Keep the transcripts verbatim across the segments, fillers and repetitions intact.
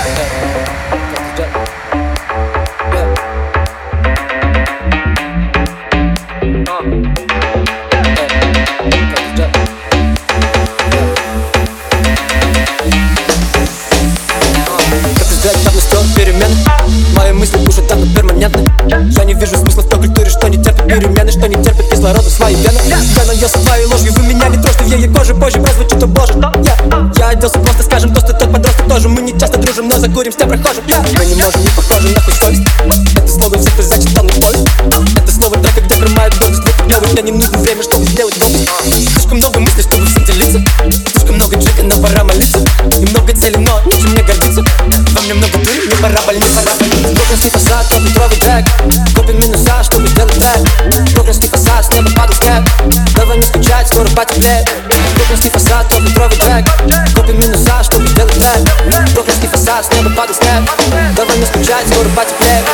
Перемены, мои мысли уже давно перманентны. Я не вижу смысла в той культуре, что не терпит перемены, что не терпит кислорода в свои вены. Я наелся своей ложью, вы меня не трожьте, в ей коже позже прозвучит, о боже. Я, я оделся просто, скажем, тост, и тот подросток тоже. Мы не часто дружим, но закуримся прохожим. Мы не можем, не похожи на хуй совесть. Это слово взято, зачитал на поле. Это слово трека, где хромает гордость. Новых, мне не нужно время, чтобы сделать глупость. Слишком много мыслей, чтобы всем делиться. Слишком много джека, но пора молиться. И много целей, но нечем мне гордиться. Во мне много дури, мне пора больница. Брокленский фасад, трехлитровый джек. Копим минуса, чтобы сделать трек. Брокленский фасад, с неба падал снег. Давай не скучать, скоро потеплеет. Брокленский фасад, трехлитровый джек. Копим минуса, чтобы сделать трек. Брокленский фасад, с неба падал снег. Давай не скучать, скоро потеплеет.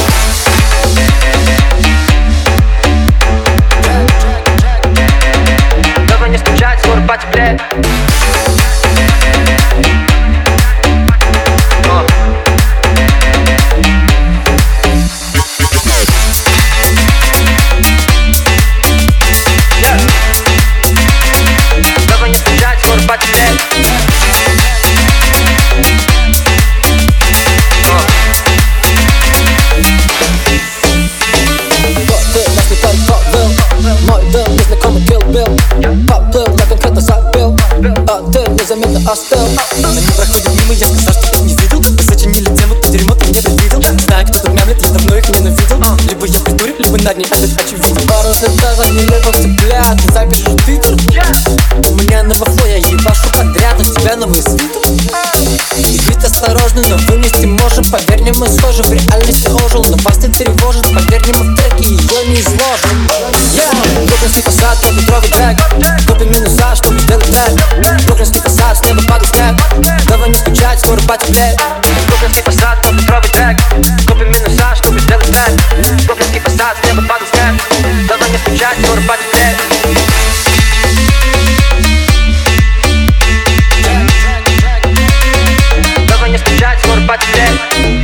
Давай не скучать, скоро потеплеет. Поплыл, я конкретно забил, а ты незаметно остыл. Они проходят мимо, я сказал, что ты не видел. Вы сочинили тему, то дерьмо ты не предвидел. Знаю, кто тут мямлет, я давно их ненавидел. Либо я придурю, либо над ней опять очевиден. Пару слетах, они либо цеплят. Ты запишешь в твиттер. У меня новый флоу, я ебашу подряд. У тебя новый свитер. И ведь осторожно, но вынести можем. Поверь мне, мы схожи, в реальности ожил. Но вас не тревожит, поверь мне, мы в треке ее не изложим. Брокленский фасад, трехлитровый джек. Копим минуса, чтобы сделать трек. Брокленский фасад, с неба падал снег. Давай не скучать, скоро потеплеет. Брокленский фасад, трехлитровый джек. Копим минуса, чтобы сделать трек. Брокленский фасад, с неба падал снег. Давай не скучать, скоро потеплеет. Давай не скучать, скоро потеплеет.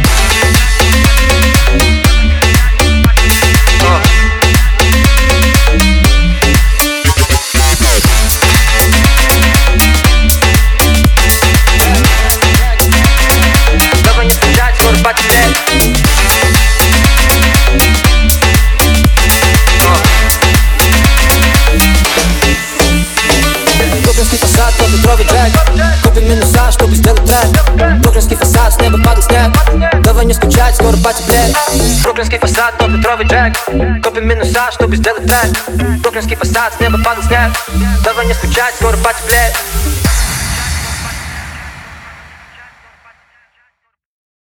Брокленский фасад, трехлитровый джек. Копим минуса, чтобы сделать трек. Брокленский фасад, с неба падал снег. Давай не скучать, скоро потеплеет. Брокленский фасад, трехлитровый джек. Копим минуса, чтобы сделать трек. Брокленский фасад, с неба падал снег. Давай не скучать, скоро потеплеет.